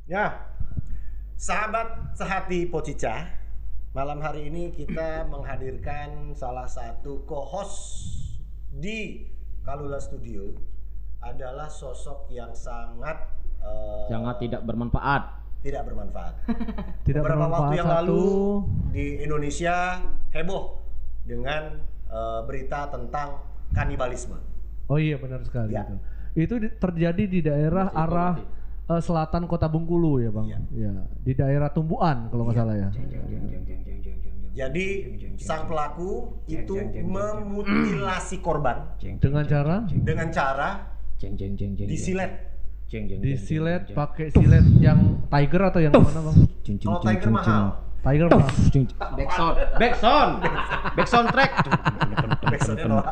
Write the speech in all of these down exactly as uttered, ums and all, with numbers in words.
Ya, sahabat sehati Pocica, malam hari ini kita menghadirkan salah satu co-host di Kalula Studio adalah sosok yang sangat uh, sangat tidak bermanfaat. Tidak bermanfaat. Tidak Beberapa bermanfaat waktu yang satu. lalu di Indonesia heboh dengan uh, berita tentang kanibalisme. Oh iya benar sekali Ya. itu. Itu di- terjadi di daerah Masih arah informasi. eh, selatan Kota Bengkulu ya bang. Iya. Ya. Di daerah Tumbuan kalau nggak Iya. salah ya. Jadi sang pelaku itu memutilasi korban Dengan cara dengan cara Jeng jeng jeng jeng. disilet. Jeng jeng. disilet pakai silet yang tiger atau yang mana bang? Kalau tiger mahal. Tiger mahal. Backsound, backsound, backsound track. Backsoundnya norak.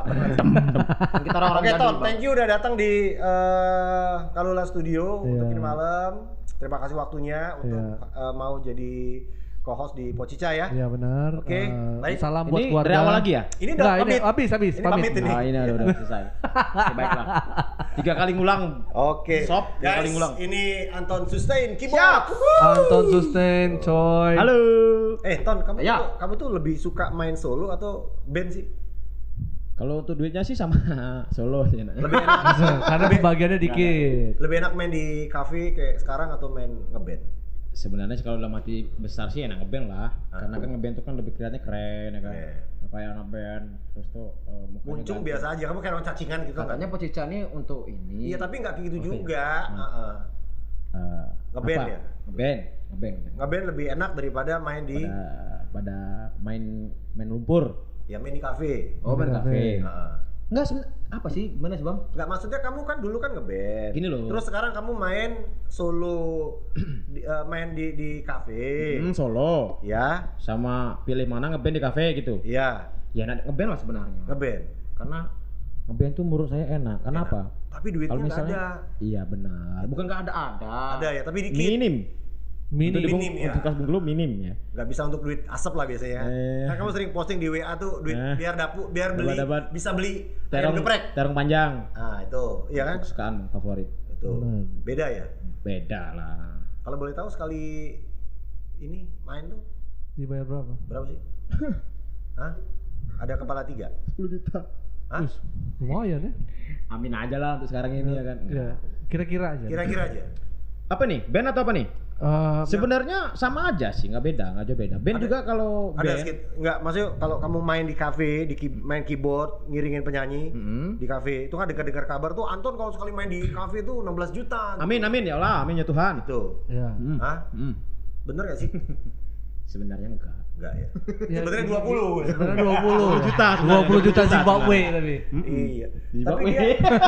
Kita orang-orang Oke jadul, Ton, Bang. thank you udah datang di eh, Kalula Studio untuk Iya. ini malam. Terima kasih waktunya untuk Iya. eh, mau jadi co-host di Pocica ya. Iya benar. Oke, Eh, baik. salam buat Ini keluarga. dari awal lagi ya? Ini udah Nggak, ini pamit. habis habis Ini pamit. pamit ini. Ah ini udah udah selesai. Oke, baiklah. Tiga kali ngulang. Oke. Sob, tiga guys, kali ngulang. ini Anton Sustain keyboard. Siap. Anton Sustain, coy. Halo. Eh Ton, kamu Ya. tuh, kamu tuh lebih suka main solo atau band sih? Kalau untuk duitnya sih sama solo sih. Nak. Lebih enak Karena pembagiannya dikit. lebih enak main di cafe kayak sekarang atau main ngeband? Sebenarnya sih kalau dalam arti besar sih enak ngeband lah. Ah. Karena kan ngeband tuh kan lebih kelihatannya keren ya kan. Iya. Kayak anak band terus tuh uh, mukanya Muncung ganteng. biasa aja, kamu kayak orang cacingan gitu kan? Katanya Pocica nih untuk ini. Iya tapi nggak kayak gitu Oke. juga. Hmm. Heeh. Eh, Ngeband apa? ya? Ngeband, ngeband. ngeband. Ngeband lebih enak daripada main di Pada pada main main lumpur. ya main di cafe. Oh, main Main kafe. kafe. Heeh. Enggak seben- apa sih? Gimana sih, Bang? Nggak, maksudnya kamu kan dulu kan ngeband. Gini loh. Terus sekarang kamu main solo di, eh, main di di cafe. Hmm, solo. Ya, Sama pilih mana ngeband di kafe gitu. iya, Ya enak ngeband lah sebenarnya. ngeband. Karena ngeband tuh menurut saya enak. Kenapa? Tapi duitnya Kalau nggak misalnya ada. iya benar. Bukan nggak ada ada. Ada ya, tapi dikit. Minim. Mini. Untuk di Bung- Minim, ya. Untuk kas Bengkulu minim ya. Nggak bisa untuk duit asap lah biasanya. Eh. Kan kamu sering posting di W A tuh duit Eh. biar dapur biar beli Dapat-dapat. bisa beli ayam Terong geprek. terong panjang. Ah, itu. Iya kan? Kesukaan favorit. Itu. Benar. Beda ya. Beda lah. Kalau boleh tahu sekali ini main tuh Dibayar berapa? berapa sih? Hah? Ada kepala tiga? sepuluh juta. Hah? Wis, lumayan ya. Amin aja lah untuk sekarang ini ya kan. Ya, kira-kira aja. Kira-kira aja. Apa nih? Band atau apa nih? Eh, Sebenarnya sama aja sih, nggak beda, nggak jauh beda. Band Ada- juga kalau Ada band, sedikit enggak maksudnya kalau kamu main di cafe, di key- main keyboard, ngiringin penyanyi Mm-mm. di cafe, itu kan dengar-dengar kabar tuh Anton kalau sekali main di cafe tuh enam belas juta. Amin amin ya Allah, amin ya Tuhan. Itu. ya. Hmm. Hah? Hmm. Bener gak sih? Sebenarnya enggak. Enggak ya. Ya, Sebenarnya dua puluh. Sebenarnya dua puluh juta, dua puluh juta sebenarnya. Zimbabwe tapi. Iya. Tapi Zimbabwe. dia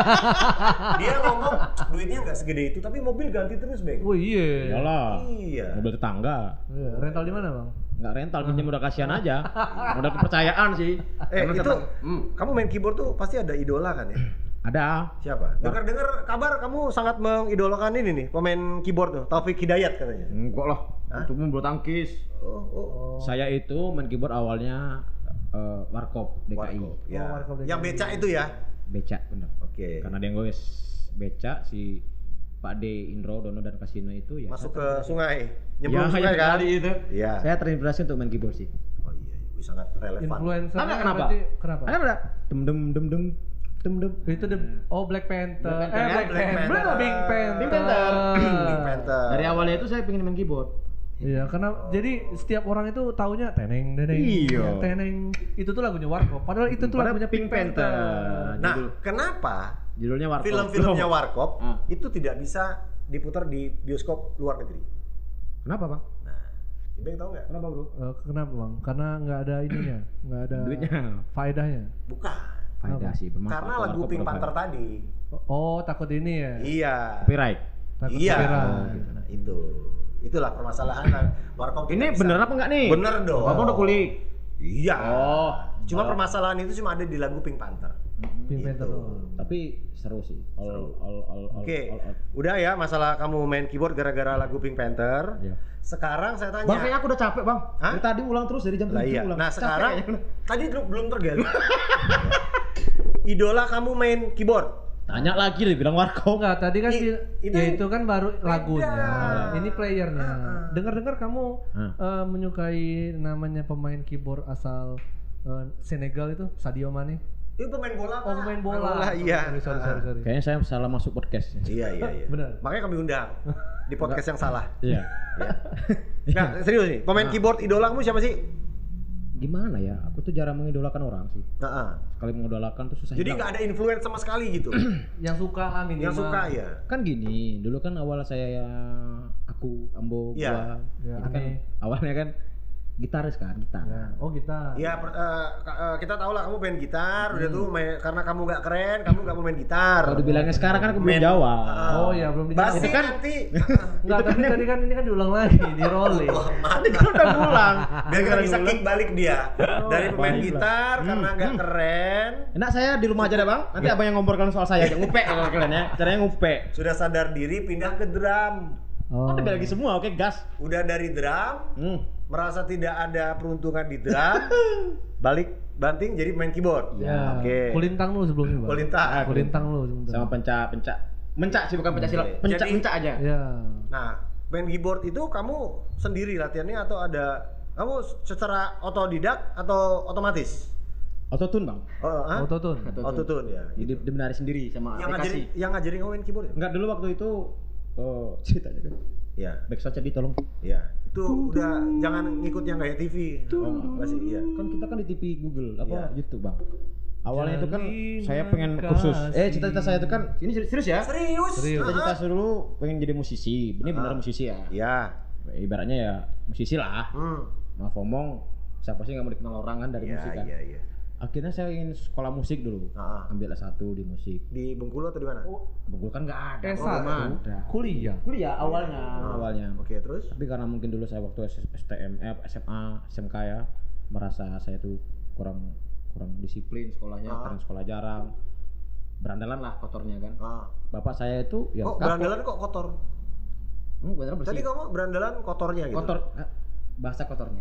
dia ngomong duitnya nggak segede itu, tapi mobil ganti terus, Bang. Oh iya. Iyalah. Iya. Mobil tetangga. Iya, rental di mana, Bang? Nggak rental, pinjam udah kasihan aja. Udah kepercayaan sih. Eh, Karena itu tetang- hmm. kamu main keyboard tuh pasti ada idola kan ya? Ada. Siapa? Dengar-dengar kabar kamu sangat mengidolakan ini nih, pemain keyboard tuh, Taufik Hidayat katanya. Enggak lah. Hah? Itu bulu tangkis. Oh, oh. Oh. Saya itu main keyboard awalnya eh, Warkop D K I. Warkop, ya. Oh, Warkop D K I. Yang becak itu ya? Becak bener. Oke. Karena dia nggoes becak si Pak D Indro Dono dan Kasino itu ya. Masuk ke saya ter- sungai, ya, nyemplung sungai ya, kan? kali itu. Iya. Saya terinspirasi untuk main keyboard sih. Oh iya, iya, sangat relevan. Influencer. Ada kenapa? Kenapa? Ada ada. Dem dem dem dem dem dem. Itu the Oh Black Panther. Black Panther, Eh ya, Black Black Panther. Panther. Pink Panther. Pink Panther. Pink Panther. Dari awalnya itu saya pengen main keyboard. Iya, karena jadi setiap orang itu taunya teneng teneng. Iya. Teneng. Itu tuh lagunya Warkop. Padahal itu tuh Padahal lagunya Pink Panther. Nah, Judul- kenapa Judulnya Warkop. film-filmnya Warkop Ah. itu tidak bisa diputar di bioskop luar negeri? Kenapa, Bang? Nah, Ibeng tahu nggak? Kenapa, Bro? Eh, kenapa, Bang? Karena nggak ada ininya, nggak ada Duitnya. faedahnya. Bukan. Faedah Apa? sih, bermanfaat. Karena lagu Warkop Pink berfaedah. Panther tadi. Oh, takut ini ya. Iya. Copyright. Takut Iya. copyright. Oh, gitu. Nah, itu. Itulah permasalahan Warkop. Ini tidak bisa. bener apa enggak nih? Bener dong. Abang udah kulik. Iya. Oh. Cuma Kalau- permasalahan itu cuma ada di lagu Pink Panther. Pink Gitu. Panther. doang. Tapi seru sih. All, Seru. all, all, all, Oke. all, all. Udah ya masalah kamu main keyboard gara-gara lagu Pink Panther. Iya. Sekarang saya tanya. Bang, kayaknya aku udah capek, Bang. Hah? Dari tadi ulang terus dari jam Lah tujuh iya. ulang. Nah, Capek sekarang kayaknya. tadi belum belum tergali. Idola kamu main keyboard. Tanya lagi dia bilang warkop. Enggak, tadi kan I- si, itu ya itu kan baru beda. lagunya. Ah. Ini playernya. Ah. Dengar-dengar kamu Ah. eh, menyukai namanya pemain keyboard asal eh, Senegal itu Sadio Mane. Itu pemain bola Oh, Pak. pemain bola. iya. Sorry, sorry, sorry, sorry. Kayaknya saya salah masuk podcast. Iya, iya, iya. Benar. Makanya kami undang di podcast yang salah. Iya. Nah, serius nih, pemain Ah. keyboard idolamu siapa sih? Gimana ya? Aku tuh jarang mengidolakan orang sih. Heeh. Sekali mengidolakan tuh susah. Jadi hilang. nggak ada influence sama sekali gitu. Yang suka ah, minimal. Yang suka ya. Kan gini, dulu kan awal saya aku Ambo Iya. gua Ya, itu kan aneh. awalnya kan gitaris kan, gitar. Ya. Oh, kita. Iya, per- eh, ka- eh, kita tahu lah kamu main gitar, udah tuh main, karena kamu nggak keren, kamu nggak mau main gitar. Kalau dibilangnya sekarang kan aku belum Main- jawab. Ah. Oh iya, belum dijawab. Basi Itu kan- nanti. Enggak, tapi tadi kan ini kan diulang lagi, di rolling. Wah, Tadi kan udah pulang. biar kita bisa kick balik dia dari pemain baiklah. gitar karena nggak Hmm. keren, Enak saya di rumah aja deh bang. Nanti abang yang ngomongkan soal saya aja ngupek kalau kalian ya. Caranya ngupek. sudah sadar diri pindah ke drum. Oh. Oh, udah lagi semua, oke gas. Udah dari drum, Hmm. merasa tidak ada peruntungan di drum, balik banting jadi main keyboard. Ya. Oke. Kulintang lu sebelumnya, Bang. Kulintang. Ah, kulintang lu sebentar. Sama pencak pencak mencak sih bukan pencak silat. Oke. Pencak Jadi- pencak aja. Ya. Nah, main keyboard itu kamu sendiri latihannya atau ada kamu secara otodidak atau otomatis? Autotune bang. Oh, hah? Autotune. Autotune ya. Jadi dibenari sendiri sama Yang ngajarin aplikasi. yang ngajarin kamu main keyboard ya? Enggak dulu waktu itu oh ceritanya kan. Iya. Backsound jadi tolong. Iya. Itu udah jangan ngikut yang kayak T V. Oh, masih iya. Kan kita kan di T V Google apa Iya. YouTube bang. Awalnya itu kan Jalin saya pengen kursus. Eh cita-cita saya itu kan ini seri- serius ya. Serius? Serius. Cita-cita saya dulu pengen jadi musisi. Ini benar Ah. musisi ya. Iya. Ibaratnya ya musisi lah. Hmm. Maaf omong, siapa sih nggak mau dikenal orang kan dari Iya, musik kan. iya, iya. Akhirnya saya ingin sekolah musik dulu. Ah. Ambil S satu di musik. Di Bengkulu atau di mana? Oh, Bengkulu kan nggak ada. S Oh, belum satu ada. kuliah. Kuliah awalnya. Ah. Awalnya. Oke, terus? Tapi karena mungkin dulu saya waktu S- STM, eh, S M A, S M K ya, merasa saya tuh kurang kurang disiplin sekolahnya, Ah. karena sekolah jarang. Berandalan lah kotornya kan. Ah. Bapak saya itu ya Kok kapok. berandalan kok kotor? Hmm, beneran bersih. Tadi kamu berandalan kotornya gitu. Kotor eh, bahasa kotornya.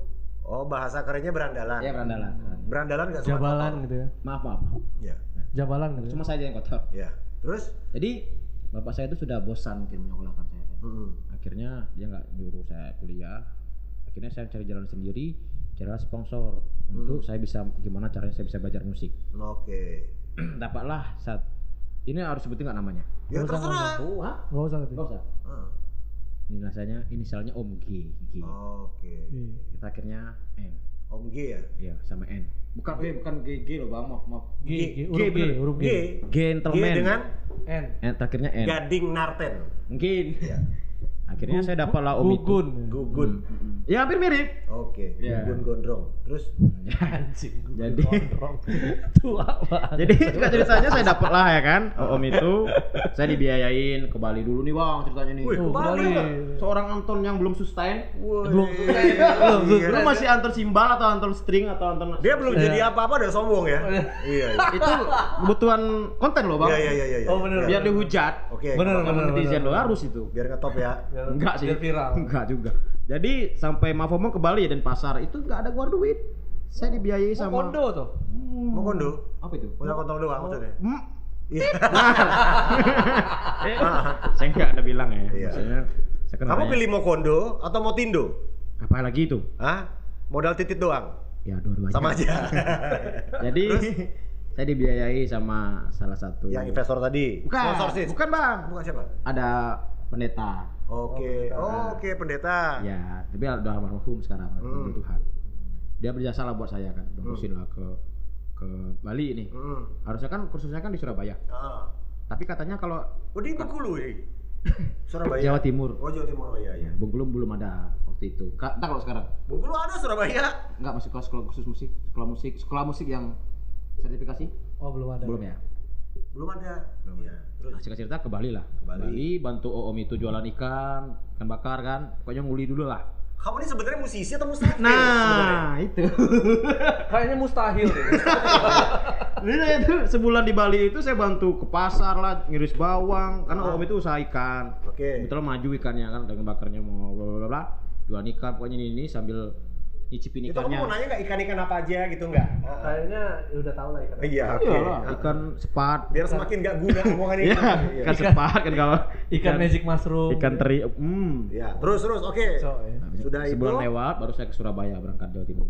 Oh, bahasa kerennya berandalan. Iya berandalan. Berandalan enggak semua Jabalan kotor. gitu ya. Maaf maaf. maaf. Iya. Jabalan gitu. ya. Cuma saya aja yang kotor. Iya. Terus? Jadi bapak saya itu sudah bosan mungkin menyekolahkan saya kan. Hmm. Akhirnya dia nggak nyuruh saya kuliah. Akhirnya saya cari jalan sendiri, carilah sponsor untuk saya bisa gimana caranya saya bisa belajar musik. Oke. Dapatlah saat ini harus sebutin nggak namanya? Ya Nggak usah, terserah. Oh, hah? Enggak usah tapi. Nggak usah. Ah. Ini rasanya inisialnya Om G. G. Oke. Iya. Kita akhirnya N. Om G ya? Iya sama N. Bukan eh bukan G G loh bang, maaf maaf. G, G, G, huruf G, bener. huruf G. G. G Gentleman. dengan N. N terakhirnya N. Gading Narten. Mungkin. Iya. Akhirnya saya dapatlah Om itu. Gugun. Gugun. Ya hampir mirip. Oke. Iya. Gugun gondrong. Terus? Anjing. Jadi- gondrong. Tua banget. Jadi cerita ceritanya saya dapat lah ya kan, Om itu saya dibiayain ke Bali dulu nih bang ceritanya nih. Wih, Oh, ke Bali Bali. nggak? Seorang Anton yang belum sustain, Woi. Belum selesai. Belum Iya. lu masih Anton simbal atau Anton string atau Anton Dia belum Iya. jadi apa-apa udah sombong ya? Iya, iya. itu kebutuhan konten loh bang. Iya, iya, iya, iya. Oh, bener, Iya. Biar dihujat. Oke. Bener, nggak Sama bener. netizen lo harus itu. Biar ngetop ya. Biar- Enggak sih. biar viral. Enggak juga. Jadi sampai maaf omong ke Bali dan pasar itu enggak ada keluar duit. Saya dibiayai Mau sama kondo tuh. Hmm. Mau kondo? Apa itu? Punya kontol doang maksudnya? Hmm. Iya. Eh, saya enggak ada bilang ya. Iya. Maksudnya saya kan Kamu orangnya- pilih mau kondo atau mau tindo? apa lagi itu? Hah? Modal titit doang? Ya dua-duanya. Sama aja. Jadi saya dibiayai sama salah satu Yang investor tadi. bukan, Sponsorship. bukan bang. Bukan siapa? Ada pendeta. Oke. Oh, Oh, oke, pendeta. Ya, tapi udah almarhum sekarang, almarhum Hmm. Tuhan. Dia berjasa lah buat saya kan, udah kursin lah ke ke Bali ini. Hmm. Harusnya kan kursusnya kan di Surabaya. Ah. Tapi katanya kalau Oh, di Bengkulu ini. Surabaya. Jawa Timur, Oh, Jawa Timur. Oh iya, iya. Bengkulu belum ada waktu itu. Ka- Entah kalau sekarang. Bengkulu ada Surabaya. Enggak masuk kelas sekolah khusus musik, sekolah musik, sekolah musik yang sertifikasi? Oh, belum ada. Belum ya. Belum ada. Belum. Iya. Terus Nah, singkat cerita ke Bali lah. Ke Bali. bantu Om itu jualan ikan, ikan bakar kan. Pokoknya nguli dulu lah. kamu ini sebenarnya musisi atau mustahil sebenarnya? Nah, itu. Kayaknya mustahil deh. Jadi saya itu sebulan di Bali itu saya bantu ke pasar lah, ngiris bawang, karena Ah. Om itu usaha ikan. Oke. Kebetulan maju ikannya kan, dengan bakarnya mau bla bla bla, jualan ikan pokoknya ini, ini sambil nyicipin Itu kamu ikannya. mau nanya nggak ikan-ikan apa aja gitu nggak? Kayaknya udah tahu lah ikan. Iya, oke. Iyalah, ikan sepat. Biar semakin nggak guna omongan ini. Iya, ikan sepat kan kalau Ikan magic mushroom. ikan teri. Hmm. Ya, terus terus oke. So, ya. Nah, Sudah sebulan itu- lewat baru saya ke Surabaya berangkat Jawa Timur.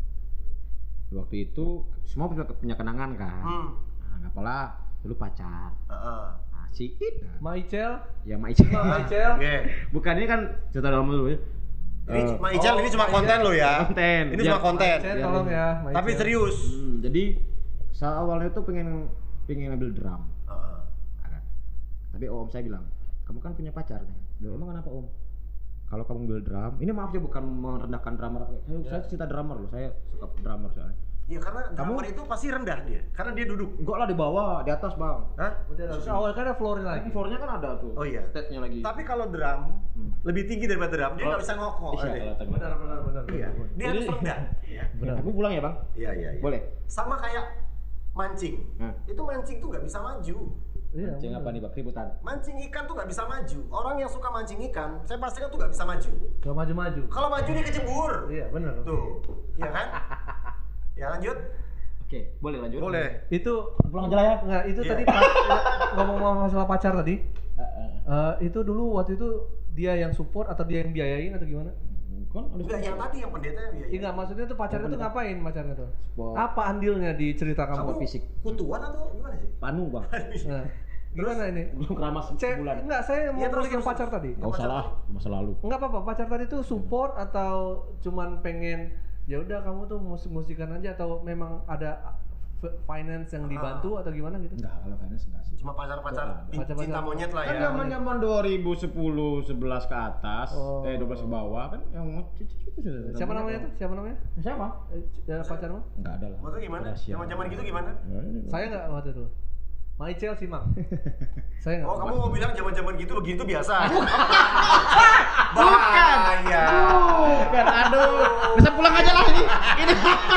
Waktu itu semua punya, punya kenangan kan. Hmm. Nah, nggak apalah, dulu pacar. Heeh. Nah, si It. Nah, Ma Icel. ya Ma Icel. Ma Icel. Oke. Bukan ini kan cerita dalam dulu ya. Ini Eh, cuma Ijal, ini cuma Ma konten Ijal. lo ya. Konten. Ini Biar- cuma konten. Icel Biar tolong ini. ya. Ma Tapi Icel. serius. Hmm, jadi saya awalnya tuh pengen pengen ngambil drum. Heeh. Nah, kan. Tapi om saya bilang, kamu kan punya pacar nih. Loh, emang kenapa om? Kalau kamu ngambil drum, ini maaf ya bukan merendahkan drummer. Saya, saya cinta drummer loh, saya suka drummer soalnya. Iya karena Kamu- drummer itu pasti rendah dia, karena dia duduk. Enggak lah di bawah, di atas bang. Hah? Udah, terus awal kan ada floor lagi. Lagi floornya kan ada tuh. Oh iya. Stage-nya lagi. Tapi kalau drum Hmm. lebih tinggi daripada drum, dia Oh. nggak bisa ngokok. Iya, Ade. kalau tengah. Benar benar benar. Iya. benar. Dia Jadi- harus rendah. Iya. Benar. Aku pulang ya bang? Iya iya. iya. Boleh. Sama kayak mancing. Nah. Itu mancing tuh nggak bisa maju. Iya. Mancing benar. apa nih bang? Ributan. Mancing ikan tuh nggak bisa maju. Orang yang suka mancing ikan, saya pastikan tuh nggak bisa maju. Gak maju-maju. Kalau maju dia kecebur. Iya benar. Tuh, iya kan? Ya lanjut. Oke, boleh lanjut? Boleh. Itu Pulang aja lah ya. enggak itu Iya. tadi pa- ngomong-ngomong masalah pacar tadi. Eh, eh. eh, itu dulu waktu itu dia yang support atau dia yang biayain atau gimana? Kan ada Enggak yang tadi yang pendeta yang biaya. Iya enggak, maksudnya tuh pacarnya Yang tuh pendeta. ngapain pacarnya tuh? Support. Apa andilnya di cerita kamu? Kamu fisik. kutuan atau gimana sih? Panu bang. Nah, gimana ini? Belum keramas Cek, sebulan. enggak, saya mau Iya, terus, ngulik yang terus, pacar terus. tadi. Gak usah lah, masa lalu. Enggak apa-apa, pacar tadi tuh support atau cuman pengen ya udah kamu tuh musik-musikan aja atau memang ada f- finance yang dibantu atau gimana gitu? Enggak, kalau finance enggak sih. Cuma pacar-pacar pin- Pacar-pacar. cinta monyet lah Kan ya. zaman-zaman dua ribu sepuluh sebelas ke atas, Oh. eh dua belas ke bawah kan yang mau cici itu sudah. Siapa namanya tuh? Siapa namanya? Siapa? Eh, c- eh, pacar mah? Enggak ada lah. Maksudnya gimana? Rahasia. Zaman-zaman gitu gimana? Ya, ini- Saya enggak waktu itu. Ma Icel sih, Mang. Saya enggak. Oh, kamu mau bilang zaman-zaman gitu begitu biasa? Bukan. Bahaya. Bukan, aduh. Bisa pulang aja lah ini. Ini.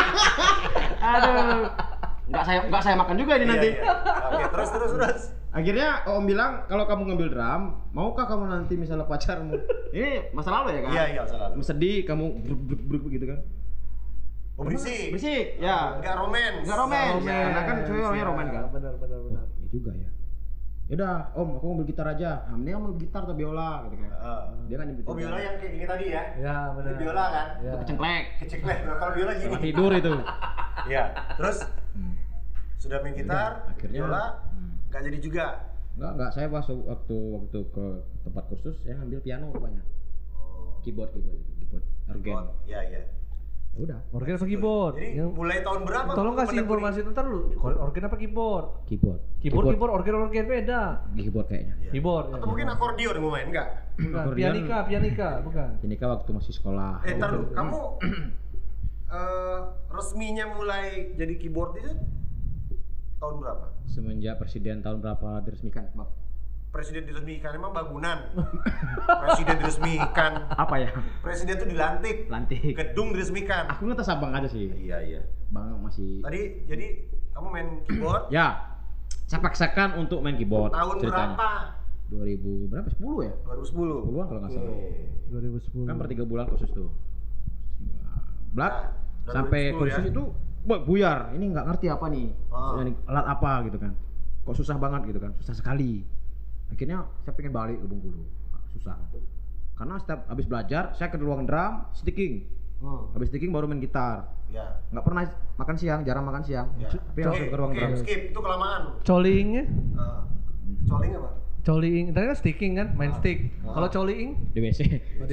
Aduh. Enggak saya enggak saya makan juga ini Iya, nanti. iya. Oke, terus terus terus. Akhirnya om bilang kalau kamu ngambil drum, maukah kamu nanti misalnya pacarmu? Ini masa lalu ya kan? Iya, iya, salah. Kamu sedih, kamu bruk bruk bruk gitu kan? Oh, berisik. Berisik, ya. Enggak romance. Enggak romance. Romance. Karena kan cewek orangnya roman kan? Benar benar benar. Iya juga ya. Yaudah, om, aku ngambil gitar aja. Ah, mending ambil gitar atau biola gitu kan? Heeh. Dia kan nyebut Oh, biola yang kayak gini tadi ya? Ya, benar. Ini biola kan? Ya. kecengklek. Keceklek. Nah, kalau biola gini. Kalau tidur itu. Iya. Terus Hmm. sudah main gitar, Yaudah, akhirnya biola, hmm. nggak jadi juga. Enggak, enggak. Saya pas waktu waktu ke tempat kursus, saya ngambil piano rupanya. Oh. Keyboard, keyboard, keyboard, organ. Oh, iya iya. Ya udah, Organ apa keyboard? Jadi Yang mulai tahun berapa? tolong kamu kasih menekuni- informasi tentang dulu. Organ apa keyboard? keyboard. Keyboard, keyboard, organ, organ beda. Keyboard kayaknya. Iya. Keyboard. Atau ya. mungkin akordion kamu main enggak? Bukan, Akordeon. pianika, pianika, bukan. Ini kan waktu masih sekolah. Eh, tar dulu. Kamu eh, resminya mulai jadi keyboard itu tahun berapa? Semenjak presiden tahun berapa diresmikan, Bang? Presiden diresmikan emang bangunan. Presiden diresmikan. Apa ya? Presiden tuh dilantik. Lantik. Gedung diresmikan. Aku ngetes abang aja sih. Iya iya. Bang masih. Tadi jadi kamu main keyboard Ya, saya paksakan untuk main keyboard. tahun ceritanya. berapa? dua ribu berapa? sepuluh ya? dua ribu sepuluh. sepuluhan kalau nggak salah. Oke. dua ribu sepuluh. Kan per tiga bulan kursus tuh. Blak Nah, sampai dua ribu sepuluh kursus ya? itu bu- buyar. Ini nggak ngerti apa nih. Ah. Ini alat apa gitu kan. Kok susah banget gitu kan. Susah sekali. Akhirnya saya pengen balik ke Bengkulu. Susah. Karena setiap habis belajar saya ke ruang drum, sticking. Hmm. Habis sticking baru main gitar. Ya. Nggak pernah makan siang, jarang makan siang. Ya. Tapi langsung Oke, ke ruang oke, drum. skip itu kelamaan. Coliingnya? Uh, coling apa? Coliing, tadi kan sticking kan, main Ah. stick. Ah. Kalau coliing? Di W C.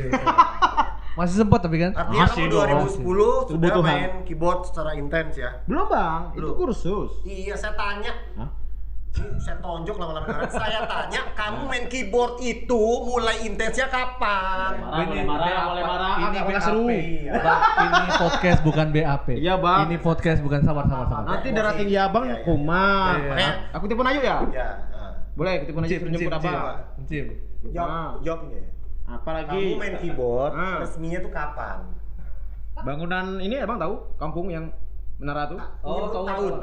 Masih sempat tapi kan? Artinya Masih kamu dong. dua ribu sepuluh sudah Kebutuhan. main keyboard secara intens ya? Belum bang, itu Belum. kursus. Iya, saya tanya. Hah? Ini saya tonjok lama-lama dengeran. Saya tanya, kamu main keyboard itu mulai intensnya kapan? Marah, boleh marah, boleh marah, Ini agak B A P. seru. Iya. Bang, ini podcast bukan B A P. Iya, Bang. Ini podcast bukan sabar sabar sabar. Nanti Emosi. darah tinggi abang Iya, iya. kumat. Iya, iya. Aku tipu Ayu ya? Ya. nah. Boleh, aku tipu Ayu Encim, suruh encim, jemput encim. abang. Encim. Job, Ah. jobnya ya. Apalagi Kamu main keyboard, Ah. resminya tuh kapan? bangunan ini abang tahu? Kampung yang menara tuh? Oh, Menyebut tahu, tahun.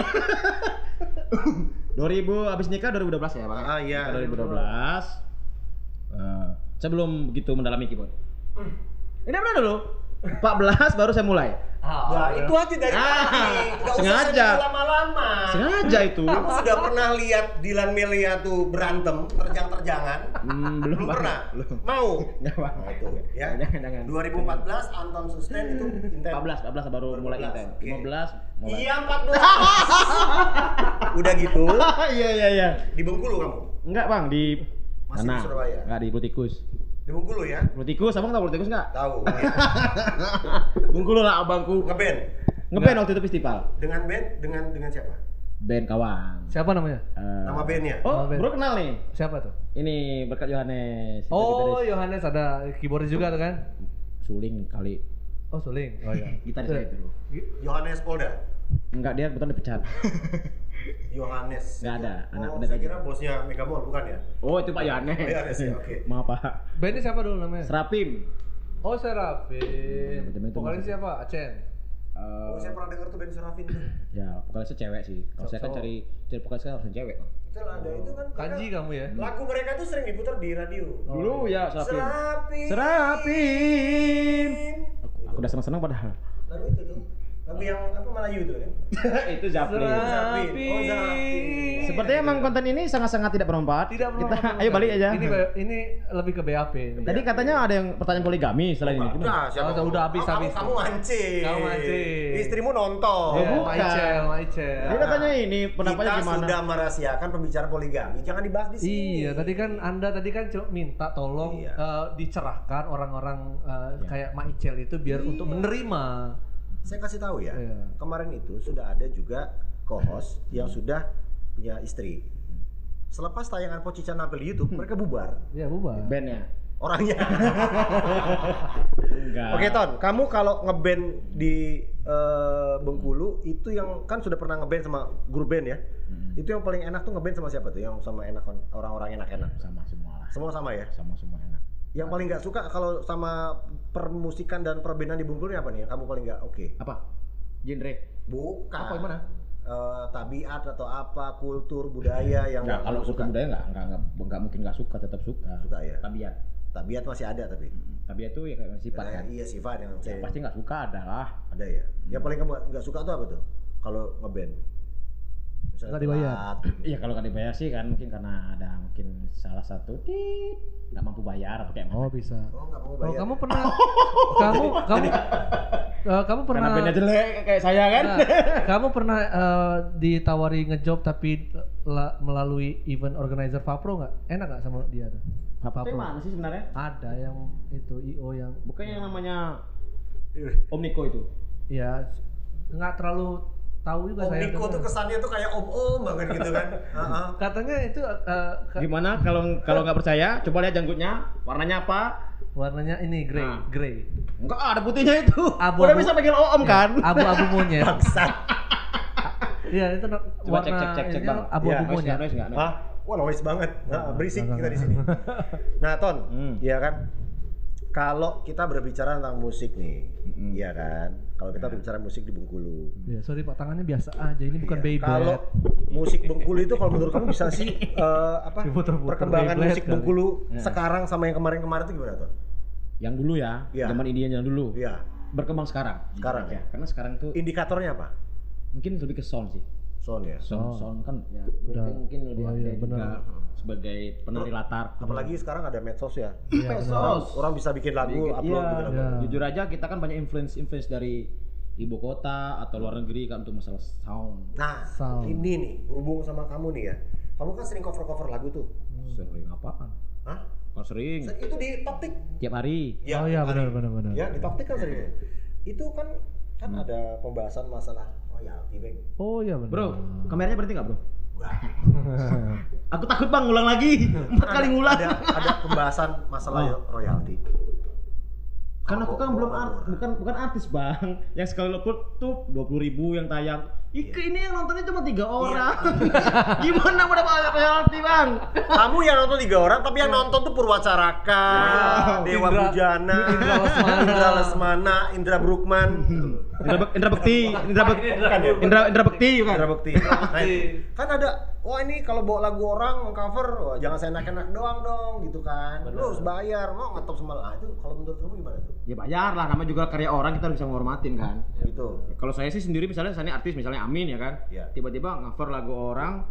dua ribu habis nikah dua ribu dua belas ya, Bang? Ah, iya. Nikah dua ribu dua belas. Eh, saya belum begitu mendalami keyboard. Ini apa dulu? empat belas baru saya mulai. Wah, itu aja dari Ah, tadi. Nggak usah sengaja. sedih lama-lama. Sengaja itu. Kamu sudah pernah lihat Dilan Melia tuh berantem, terjang-terjangan? Hmm, belum Belum Bang. pernah? Belum. Mau? Nggak, Bang. Nah, itu ya. Jangan, jangan. dua ribu empat belas Anton Sustain itu intens. empat belas, empat belas baru mulai empat belas, intens. oke. lima belas mulai. Iya, empat belas. Udah gitu, Iya iya iya. di Bengkulu kamu. Enggak, Bang, di Masih di mana? Surabaya? Enggak, di Pultikus. Di Bengkulu ya? Pultikus, abang tahu Pultikus enggak? Tahu. Bengkulu lah abangku. Ngeband. Ngeband waktu itu festival. Dengan band dengan dengan siapa? Band kawan. Siapa namanya? Eh, Nama bandnya? Oh, Nama band. bro kenal nih. Siapa tuh? Ini Berkat Yohanes. kita Oh, gitaris. Yohanes ada keyboardis juga tuh kan? Suling kali. Oh, Suling. Oh iya. Gitaris saya itu dulu. Yohanes Polda. Enggak, dia kebetulan dipecat. Yohanes. Nggak ada, anak Oh, udah saya aja. kira bosnya Megamall bukan ya? Oh, itu Pak Yohanes. Pak Yohanes, ya, oke. Maaf, Pak. Bandnya siapa dulu namanya? Serapim. Oh, Serafin. Hmm, betul-betul Vokalis masuk. siapa? Acen. Eh, Oh, saya pernah dengar tuh band Serafin tuh. ya, vokalisnya cewek sih. Kalau saya kan Cowok. cari cari vokalis kan harus yang cewek. Bang. Itu ada itu kan. Kanji mereka- kamu ya? Lagu mereka tuh sering diputar di radio. Oh. Dulu ya Serapim. Serapin. Serapim. Aku, aku udah seneng-seneng padahal. Lagu itu tuh. Lagu yang apa Melayu itu kan? Itu Zaplin. Zapin. Oh, Zapin. Sepertinya emang konten ini sangat-sangat tidak bermanfaat. Tidak perlu. Kita perlu. ayo balik aja. Ini ini lebih ke B A P. ini. Tadi katanya ada yang pertanyaan poligami setelah ini. Gimana? Udah, siapa? Oh, udah habis, kamu, habis. Kamu mancing. Kamu mancing. Istrimu nonton. Oh, Ya, bukan. Maicel, Maicel. Dia katanya ini pendapatnya kita gimana? sudah merahasiakan pembicaraan poligami. Jangan dibahas di sini. Iya, tadi kan Anda tadi kan cuma minta tolong Iya. eh, dicerahkan orang-orang eh, Iya. kayak Maicel itu biar Iya. untuk menerima. Saya kasih tahu ya. Iya. Kemarin itu sudah ada juga co-host yang sudah punya istri. Selepas tayangan Pocican nampil di YouTube, mereka bubar Ya, bubar. Bandnya? orangnya. Enggak. Oke Ton, kamu kalau ngeband di eh, Bengkulu itu yang kan sudah pernah ngeband sama grup band ya? Hmm. Itu yang paling enak tuh ngeband sama siapa tuh? Yang sama enak orang-orang enak-enak. Sama semua lah. Semua sama ya? Sama semua enak. Yang paling nggak suka kalau sama permusikan dan perbandan di Bengkulu ini apa nih? Yang kamu paling nggak oke? Apa? Genre? Bukan. Apa yang mana? Eh, tabiat atau apa, kultur, budaya yang Enggak, nggak kalau kamu suka budaya enggak, enggak, enggak, enggak mungkin enggak suka, tetap suka. Suka ya? Tabiat. Tabiat masih ada tapi. Tabiat itu ya kayak sifat Eh, kan. Iya sifat yang Ya, saya pasti enggak suka adalah ada ya. Yang paling kamu nggak suka tuh apa tuh? Kalau ngeband? Misalnya Nggak dibayar. telat. iya kalau nggak dibayar sih kan mungkin karena ada mungkin salah satu tit nggak mampu bayar atau kayak mana. Oh, bisa. Oh nggak mau Oh, bayar. kamu pernah kamu kamu eh, kamu pernah Karena bandnya jelek kayak saya kan. Nah, kamu pernah eh, ditawari ngejob tapi la- melalui event organizer Vapro nggak? Enak nggak sama dia tuh? Apa tuh mana sih sebenarnya? Ada yang itu I O yang Bukan yang namanya Om Niko itu. ya nggak terlalu tahu juga Om saya. Niko tuh kesannya tuh kayak om-om banget gitu kan. Heeh. Katanya itu eh, ka- Gimana kalau kalau nggak percaya coba lihat janggutnya warnanya apa? warnanya ini grey, Nah. grey. Enggak ada putihnya itu. Abu-abu. Udah bisa panggil Om kan? Abu-abu monyet. Bangsat. Iya, itu na- Coba warna cek cek cek cek ininya bang. abu-abu Iya, noise monyet. nggak, noise nggak, noise. Hah? Wah noise banget. Nah, berisik Enggak, kita enggak, di sini. Nah, Ton, Hmm. ya kan? Kalau kita berbicara tentang musik nih, Mm-mm. iya kan? Kalau kita Ya. berbicara musik di Bengkulu. Ya, sorry Pak, tangannya biasa aja. Ini bukan Iya. Beyblade. Kalau musik Bengkulu itu kalau menurut kamu bisa sih eh, apa? Diputer-puter Perkembangan Beyblade musik kali. Bengkulu Ya. sekarang sama yang kemarin-kemarin itu gimana, Ton? Yang dulu ya, Iya. zaman Indian yang dulu. Iya. Berkembang sekarang. Sekarang ya. Karena sekarang tuh Indikatornya apa? mungkin lebih ke sound sih. Sound ya. Sound, Oh. sound kan ya Udah. berarti mungkin lebih Oh, ada iya, juga benar. sebagai penari latar. Apalagi sekarang ada medsos ya. Iya, Medsos. Orang, orang bisa bikin lagu, Bikin- upload iya. bikin lagu. Iya. Jujur aja kita kan banyak influence influence dari ibu kota atau luar negeri kan untuk masalah sound. Nah, Sound. ini nih berhubung sama kamu nih ya. Kamu kan sering cover-cover lagu tuh. Sering apaan? Hah? Kalau sering Itu di Toktik. tiap hari. Oh iya, tiap hari. benar, benar, benar. Ya, di Toktik kan sering. Itu kan kan ada pembahasan masalah royalti, Bang. Oh iya benar. Bro, kameranya berarti nggak bro? Wah. Aku takut bang ngulang lagi. Empat kali ngulang. Ada ada pembahasan masalah Oh. royalti. Kan aku kan Bo- belum bo- art, bo- bukan bukan artis bang. Yang sekali upload tuh dua puluh ribu yang tayang. Ike ini yang nontonnya cuma tiga orang. Gimana mau dapat royalti bang? Kamu yang nonton tiga orang, tapi yang nonton tuh Purwacaraka, Dewa Indra- Bujana, Indra Lesmana. Indra Lesmana, Indra Brukman. Indra, Bek- Indra Bekti, Indra Bekti, Bukan ya? Indra Indra Bekti bukan? Indra Bekti. Nah, kan ada, wah ini kalau bawa lagu orang cover, wah, jangan saya enak-enak doang dong, gitu kan. Lu harus bayar, mau ngetop sama ah, itu kalau menurut kamu gimana tuh? Ya bayar lah, namanya juga karya orang kita bisa menghormatin kan. Gitu. Kalau saya sih sendiri misalnya saya ini artis misalnya Amin ya kan, Iya. tiba-tiba cover lagu orang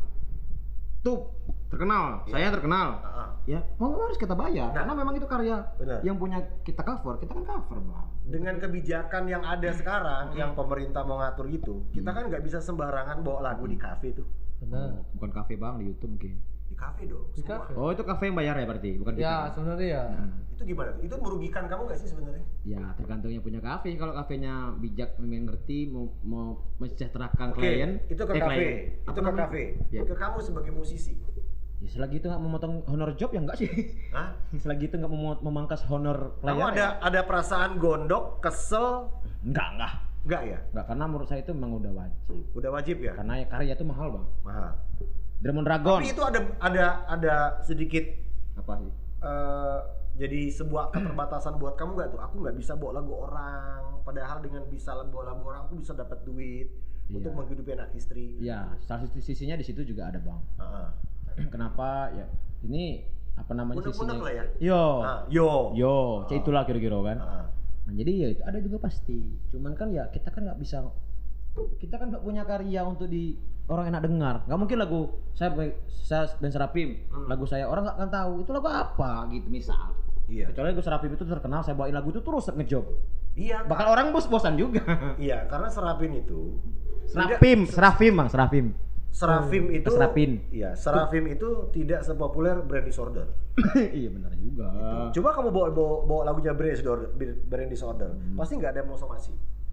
tuh terkenal, Iya. saya terkenal, Ah, ah. ya mau nggak harus kita bayar, Nah. karena memang itu karya Benar. yang punya kita cover, kita kan cover bang. Dengan kebijakan yang ada sekarang, yang pemerintah mau ngatur gitu, kita kan nggak bisa sembarangan bawa lagu di kafe tuh. Benar. Bukan kafe bang, di YouTube mungkin. Di kafe dong. Di semua. kafe. Oh itu kafe yang bayar ya berarti, bukan kita. Ya sebenarnya ya. Nah, Itu gimana tuh? Itu merugikan kamu nggak sih sebenarnya? ya tergantung yang punya kafe. Kalau kafenya bijak, memang ngerti mau mau mensejahterakan Oke, klien, itu ke eh, kafe, klien. itu Apa ke namanya? kafe. Ya. Ke kamu sebagai musisi. Ya selagi itu nggak memotong honor job ya enggak sih. Hah? Selagi itu nggak memo- memangkas honor Kamu klien. ada ada perasaan gondok, kesel, Enggak enggak. nggak ya? Enggak, karena menurut saya itu memang udah wajib. Udah wajib ya? Karena ya karya itu mahal bang. Mahal. Dragon Dragon. Tapi itu ada ada ada sedikit Apa sih? eh, jadi sebuah keterbatasan buat kamu nggak tuh? Aku nggak bisa bawa lagu orang, padahal dengan bisa bawa lagu orang aku bisa dapat duit Iya. untuk menghidupi anak istri. Ya, salah satu sisinya di situ juga ada bang. Heeh. Kenapa? Ya ini apa namanya Unek-unek sisinya? lah ya. Yo, Ah, yo. yo, Ah. itulah kira-kira kan. Heeh. Nah, jadi ya itu ada juga pasti. Cuman kan ya kita kan nggak bisa, kita kan nggak punya karya untuk di orang enak dengar. Nggak mungkin lagu saya saya Ben Serapim, Hmm. lagu saya orang nggak akan tahu itu lagu apa gitu misal. Iya. Kecuali lagu Serapim itu terkenal, saya bawain lagu itu terus ngejob. Iya. Bakal orang bos bosan juga. Iya, karena Serapin itu Serapim, tidak- Serafim bang, Serafim. Serafim itu Serapin. Iya, Serafim itu tidak sepopuler Brand Disorder. Iya benar juga. Coba kamu bawa bawa, bawa lagunya Brand Disorder, Brand Disorder. Pasti nggak ada yang mau somasi.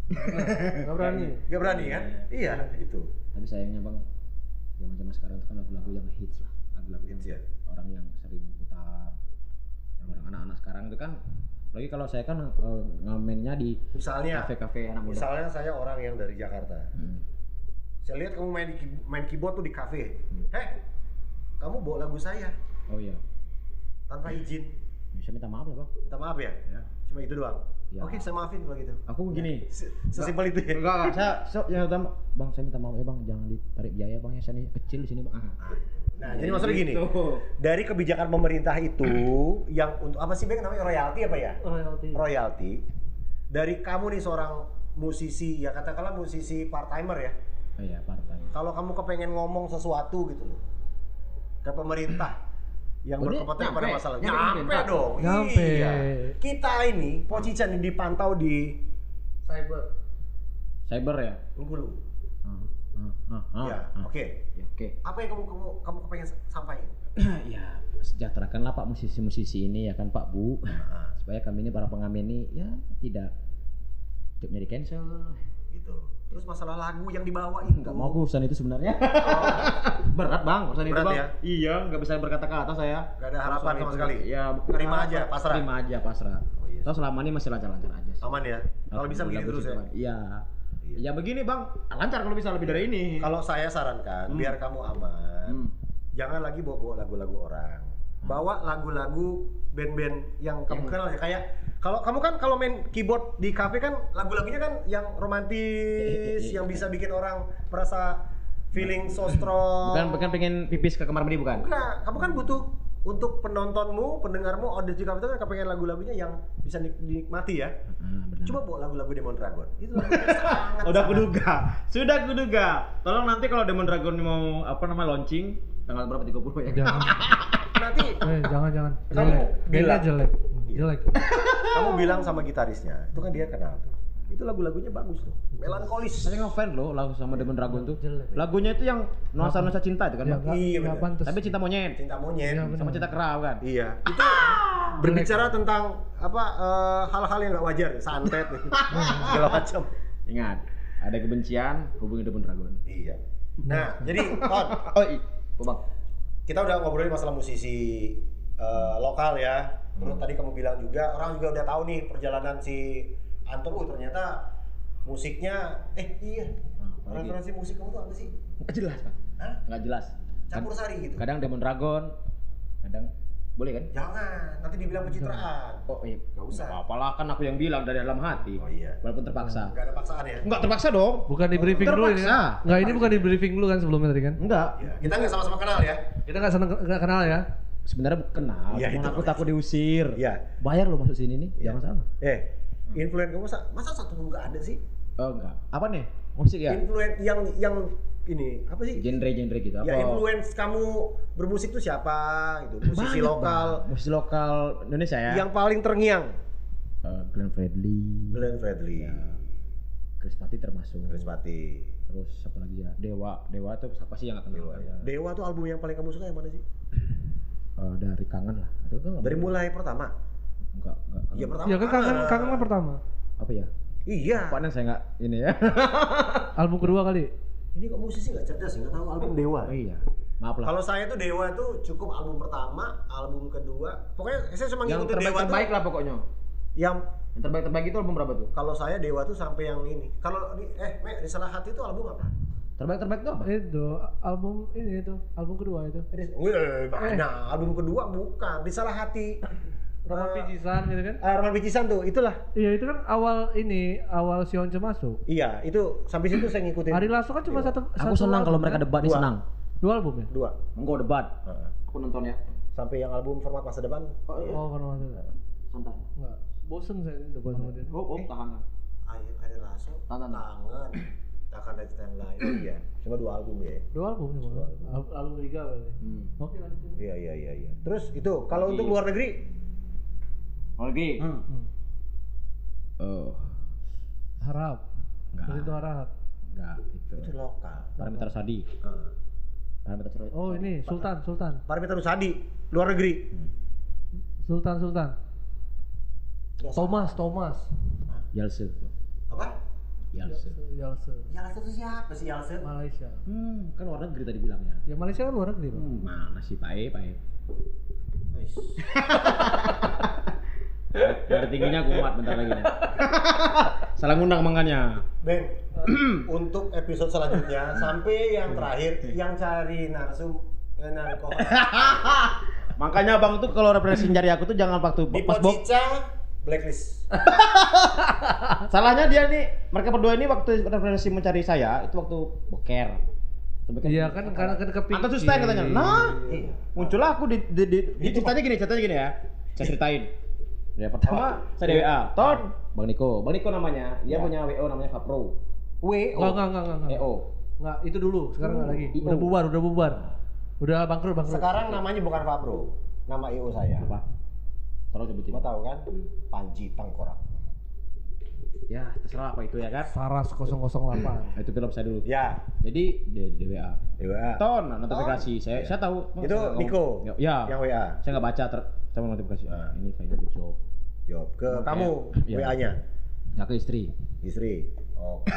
Nggak berani. Nggak berani kan? Iya, itu. Tapi sayangnya bang, zaman-zaman sekarang itu kan lagu-lagu yang hits lah, lagu-lagu yang Hits ya. orang yang sering putar, yang orang anak-anak sekarang itu kan, lagi kalau saya kan eh, ngamennya di Misalnya, kafe-kafe anak muda. misalnya saya orang yang dari Jakarta. Hmm. Saya lihat kamu main di key- main keyboard tuh di kafe. Hmm. Heh, kamu bawa lagu saya Oh iya, tanpa izin. bisa minta maaf lah bang. Minta maaf ya. Ya. Cuma itu doang. Ya. Oke, saya maafin kalau gitu. Aku gini. Se- Sesimpel itu ya. Enggak, enggak, saya so, yang utama, bang saya minta maaf ya bang, jangan ditarik biaya bang ya, saya nih kecil di sini bang. Ah. Nah, jadi maksudnya gini. Gitu. Dari kebijakan pemerintah itu yang untuk apa sih Bang namanya royalti apa ya? Royalty. Royalti. Dari kamu nih seorang musisi, ya katakanlah musisi part timer ya. Oh iya, partai. Kalau kamu kepengen ngomong sesuatu gitu loh ke pemerintah yang Oh, ini berkompeten pada nyampe? masalah. Nyampe Nyampe pemerintah? dong. Nyampe. Iya. Kita ini Pocican ini dipantau di Cyber. Cyber ya. Bengkulu. Ah, ah, ah, ah, Ya, ah. oke. Ya, oke. Apa yang kamu kamu kamu kepengen sampaikan? Ya, sejahterakanlah Pak musisi-musisi ini ya kan Pak Bu. Nah, Supaya kami ini para pengamen ini ya tidak hidupnya di cancel. gitu. Terus masalah lagu yang dibawa itu. Enggak mau aku urusan itu sebenarnya. Berat Bang urusan itu Berat Bang. ya? Iya, enggak bisa berkata-kata saya. Nggak ada harapan Urusan sama itu. sekali? Ya, Terima aja, pasrah? Terima aja, pasrah. Oh, iya. Toh selama ini masih lancar-lancar aja sih. Aman ya. Kalau bisa begini terus ya. Iya. Iya. Ya begini Bang, lancar kalau bisa lebih dari ini. Kalau saya sarankan Hmm. biar kamu aman, Hmm. jangan lagi bawa-bawa lagu-lagu orang. Bawa lagu-lagu band-band yang kamu Yang- kenal ya, kayak kalau kamu kan kalau main keyboard di cafe kan lagu-lagunya kan yang romantis, yang bisa bikin orang merasa feeling so strong. Bukan bukan pengen pipis ke kamar mandi bukan? Enggak, kamu kan butuh untuk penontonmu, pendengarmu, audiens di cafe itu kan kepengen lagu-lagunya yang bisa dik- dinikmati ya. Ah, benar. Coba bawa lagu-lagu Demon Dragon. Itu lagunya sangat Udah sangat- kuduga, sudah kuduga. Tolong nanti kalau Demon Dragon mau apa nama launching tanggal berapa tiga puluh ya? Jangan. Nanti Eh, jangan jangan. Kamu Jelek. bilang. Bandnya jelek. Jelek. kamu bilang sama gitarisnya, itu kan dia kenal tuh. Itu lagu-lagunya bagus tuh, melankolis. Saya ngefans loh lagu sama Demon Dragon tuh. Jelek. Lagunya itu yang nuansa-nuansa cinta itu kan, Ya, Bang? nggak- Iya, nggak bener. pantas. Tapi cinta monyet Cinta monyet. Iya, bener. sama cinta kerau kan. Iya. Itu berbicara tentang apa eh, hal-hal yang nggak wajar, santet, segala macam. Ingat, ada kebencian hubungi Demon Dragon. Iya. Nah, jadi Ton, Oh, iya. Oh, Bang. kita udah ngobrolin masalah musisi eh, lokal ya. Terus tadi kamu bilang juga orang juga udah tahu nih perjalanan si Anton. Oh, ternyata musiknya eh iya. Referensi musik kamu tuh apa sih? Nggak jelas Pak. Hah? Nggak jelas. Campur sari gitu. Kadang Demon Dragon, kadang boleh kan? Jangan, nanti dibilang pencitraan. Oh iya, Nggak usah. Nggak apalah kan aku yang bilang dari dalam hati. Oh iya. Walaupun terpaksa. Enggak ada paksaan ya? Enggak terpaksa dong. Bukan di briefing dulu ini Terpaksa. kan? Enggak, ini bukan di briefing dulu kan sebelumnya tadi kan? Enggak. Iya. Kita nggak sama-sama kenal ya? Kita nggak seneng nggak kenal ya? Sebenarnya kenal, Iya, cuma itu aku makanya. takut diusir. Iya. Bayar lo masuk sini nih, Iya. jangan salah. Eh, influen kamu masa, masa satu pun nggak ada sih? Oh enggak. Apa nih? Musik ya? Influen yang yang ini apa sih? Genre-genre gitu apa? Ya influence kamu bermusik tuh siapa gitu? Musisi Banyak, lokal Bang. Musisi lokal Indonesia ya. yang paling terngiang. Eh, Glenn Fredly. Glenn Fredly, Ya. Krispati termasuk. Krispati, Terus apa lagi ya? Dewa. Dewa itu siapa sih yang nggak kenal? Dewa. Ya. Dewa tuh album yang paling kamu suka yang mana sih? Eh, dari Kangen lah. Itu kan nggak Dari boleh. mulai pertama. Enggak, enggak. Kangen. Iya pertama. Ya kan kangen kangen kan pertama. Apa ya? Iya. Apaan yang saya nggak ini ya? Album kedua kali. Ini kok musisi nggak cerdas sih, nggak tahu album Dewa. Oh iya. Maaf lah. Kalau saya tuh Dewa tuh cukup album pertama, album kedua. Pokoknya saya cuma Yang ngikutin terbaik Dewa terbaik tuh. lah pokoknya. Yang Yang terbaik terbaik itu album berapa tuh? kalau saya Dewa tuh sampai yang ini. Kalau di eh Me, di Salah Hati itu album apa? Terbaik terbaik itu apa? Itu album ini itu, album kedua itu. Di- Wih, mana? Album kedua bukan. Di Salah Hati. Roman Eh, Picisan gitu kan? Ah, Roman Picisan tuh, itulah. Iya itu kan awal ini, awal si Once masuk. Iya, itu sampai situ saya ngikutin. Ari Lasso kan cuma Dewa. satu. Aku satu senang kalau album, mereka kan? debat nih Dua. senang. Dua album ya? Dua. Enggak debat. Heeh. Aku nonton ya. Sampai yang album Format Masa Depan. Oh, iya. Oh karena ada. Santai. Enggak. Bosen saya debat sama dia. Oh, oh, tahan. Ayo, ada Lasso. Tangan. Tangan. Takkan ada cerita yang lain. Oh iya, cuma dua album ya. Dua album cuma. Dua album. Al- Album tiga berarti. Hmm. Oke lanjut. Iya, iya, iya, iya. Terus itu kalau Lagi. untuk luar negeri, Lagi. hmm. Hmm. Oh. Harap. Enggak. Berarti itu harap. Enggak, itu. itu lokal. Parameter Sadi. Heeh. Parameter Sadi. Oh ini Sultan, Sultan. Parameter Rusadi, luar negeri. Sultan, Sultan. Nggak Thomas, Thomas. Yalse. salah. Apa? Yalse. Yalse. Yalse itu siapa sih Yalse? Malaysia. Hmm, kan luar negeri tadi bilangnya. Ya Malaysia kan luar negeri, Bang. Hmm, mana sih Pak E, Pak E. Wis. Dari tingginya kumat bentar lagi nih. Salah ngundang mangannya. Ben, untuk episode selanjutnya sampai yang terakhir yang cari narsum yang cari kohos Makanya Bang tuh kalau referensi nyari aku tuh jangan waktu di pas bok. Pocica blacklist. Salahnya dia nih, mereka berdua ini waktu referensi mencari saya itu waktu boker. Iya kan karena kan kepikir. Atau sustain katanya. Nah, Iya. muncullah aku di di, di, di ceritanya gini, ceritanya gini ya. Saya ceritain. Ya pertama saya di W A, Ton, Bang Niko. Bang Niko namanya. Dia Ya. punya W O namanya Fapro. W O. Enggak, enggak, enggak, enggak. E O. Enggak, itu dulu, sekarang enggak lagi. I O. Udah bubar, udah bubar. Udah bangkrut, bangkrut. Sekarang namanya bukan Fabro. Nama I O saya. Apa? Tolong sebutin. Mau tahu kan? Panji Tengkorak. Ya, terserah apa itu ya kan. Saras nol nol delapan. Nah, itu film saya dulu. Ya, Jadi di, di W A. di W A. Ton, notifikasi. Saya Iya. saya tahu. Itu saya nggak- Niko. Ya. Yang W A. Saya nggak baca ter saya mau notifikasi. Ah, ini kayaknya di job. Jawab ke Oke. kamu Iya. W A-nya. Nggak ke istri. Istri. Oke.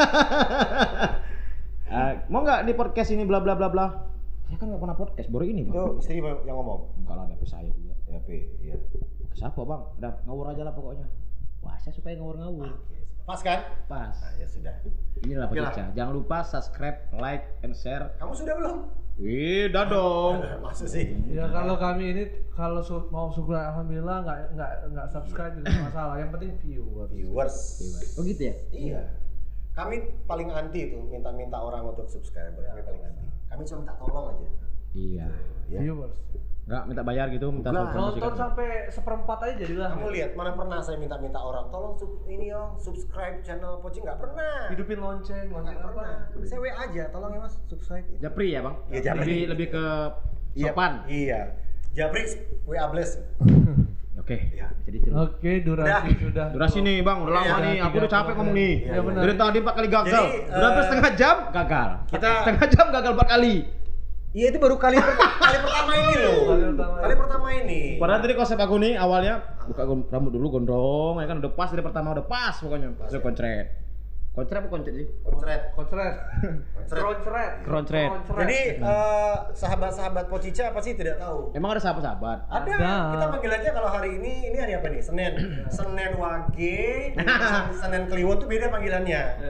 Ah, mau nggak di podcast ini bla bla bla bla? Saya kan nggak pernah podcast, baru ini Itu bang. istri yang ngomong. Enggak lah, ada saya juga. Ya, P. Iya. Ke siapa bang? Udah ngawur aja lah pokoknya. Wah, saya suka yang ngawur-ngawur. Oke. Pas kan? Pas. Nah, ya sudah. Inilah Oke lah. Pocica. Jangan lupa subscribe, like, and share. Kamu sudah belum? Wih, dah dong. Masa sih? Ya kalau kami ini kalau su- mau syukur alhamdulillah nggak nggak nggak subscribe juga nggak masalah. Yang penting viewers. Viewers. Oh gitu ya? Iya. Kami paling anti tuh minta-minta orang untuk subscribe. Kami paling anti. Kami cuma minta tolong aja. Iya. Ya. Viewers. Nggak minta bayar gitu, minta Enggak. promosi Nonton kan? sampai seperempat aja jadilah. Kamu lihat mana pernah saya minta-minta orang tolong sub ini yo subscribe channel Poci, nggak pernah. Hidupin lonceng, lonceng Nggak apa? pernah. Saya W A aja, tolong ya Mas subscribe. Japri ya bang? Iya, Japri. Lebih, lebih ke Iya, sopan. Iya. Japri W A bless. Oke, Iya. bisa ditiru. Oke, durasi Udah. sudah. Durasi nih bang, udah lama Iya, nih, aku udah capek ngomong nih. Iya, Iya benar. Dari tadi empat kali gagal. Jadi, Udah eh, setengah jam gagal. kita- setengah jam gagal empat kali. Iya itu baru kali per- kali pertama ini loh. Kali pertama. Kali pertama ini. Padahal tadi konsep aku nih awalnya buka gon- rambut dulu gondrong, ya kan udah pas dari pertama udah pas pokoknya. Pas, Terus ya. koncret. Koncret apa koncret sih? Konsret. Konsret. Konsret. Kroncret. Kroncret. Jadi eh, sahabat-sahabat Pocica pasti tidak tahu. Emang ada sahabat-sahabat? Ada. Ada. Kita panggilannya kalau hari ini ini hari apa nih? Senin. Senin Wage, Sen- Senin Kliwon tuh beda panggilannya.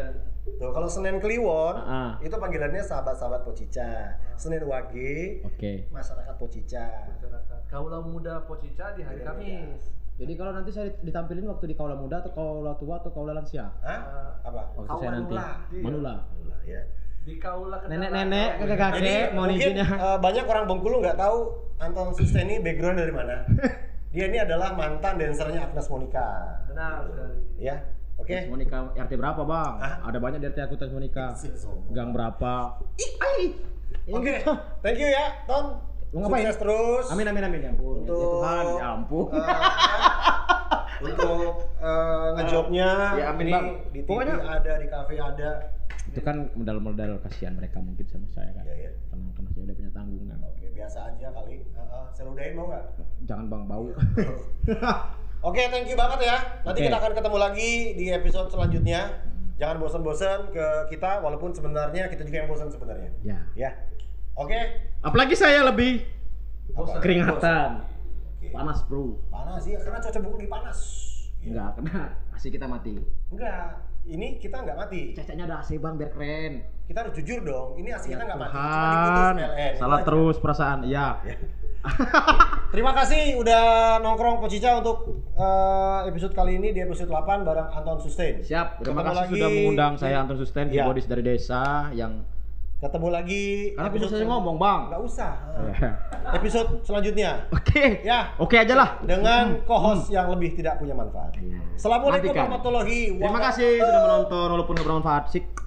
Tuh, kalau Senen Kliwon, Ah. itu panggilannya sahabat-sahabat Pocica. Senin Wage, Oke. masyarakat Pocica. Masyarakat. Kaula muda Pocica di hari Muda. Kamis. Jadi kalau nanti saya ditampilin waktu di kaula muda atau kaula tua atau kaula lansia? Hah? Apa? Waktu saya nanti. Manula. Manula. Manula, ya. Di kaula Nenek-nenek, kendaraan. Jadi kakek-kakek, mau mungkin izinnya. eh, banyak orang Bengkulu nggak tahu Anton Susten ini background dari mana. Dia ini adalah mantan dansernya Agnes Monica. Benar sekali. Ya, oke. Tes Monica R T berapa bang? Hah? Ada banyak di R T aku tes Monica. Sombong. Gang berapa? Oke, thank you ya, Ton. Mau ngapain? Sukses terus. Amin amin amin ya ampun. Untuk Ya Tuhan, ya ampun. eh, untuk eh, ngejobnya Ya, amin, ini Bang. di T V Pokoknya- ada, di kafe ada. Itu kan modal-modal kasihan mereka mungkin sama saya kan. Iya, iya. Karena karena saya udah punya tanggungan. Oke, biasa aja kali. Heeh, saya ludahin mau nggak? Jangan bang bau. Oke, thank you banget ya. Nanti Oke. kita akan ketemu lagi di episode selanjutnya. Jangan bosan-bosan ke kita, walaupun sebenarnya kita juga yang bosan sebenarnya. Ya. Ya. Oke. Apalagi saya lebih Apa? keringatan. Oke. Panas bro. Panas sih, karena cuaca Bengkulu lagi panas. Enggak, kena pasti kita mati. Enggak, ini kita nggak mati. Cacanya ada A C bang biar keren. Kita harus jujur dong. Ini asli kita nggak mati. Cuma Tuhan, diputus P L N. salah Itu terus perasaan. Ya. aja. Terima kasih udah nongkrong Pocica untuk eh, episode kali ini di episode delapan bareng Anton Sustain. Siap. Terima Ketemu kasih lagi sudah mengundang di- saya Anton Susten, Iya. Keyboardis dari desa yang Ketemu lagi. karena aku episode bisa sel- ngomong bang. Nggak usah. Ya. Episode selanjutnya. Oke. Ya. Oke aja lah. Dengan co-host yang lebih tidak punya manfaat. Iya. Assalamualaikum Nantikan. warahmatullahi wabarakatuh. Terima kasih sudah menonton walaupun nggak bermanfaat. Sik.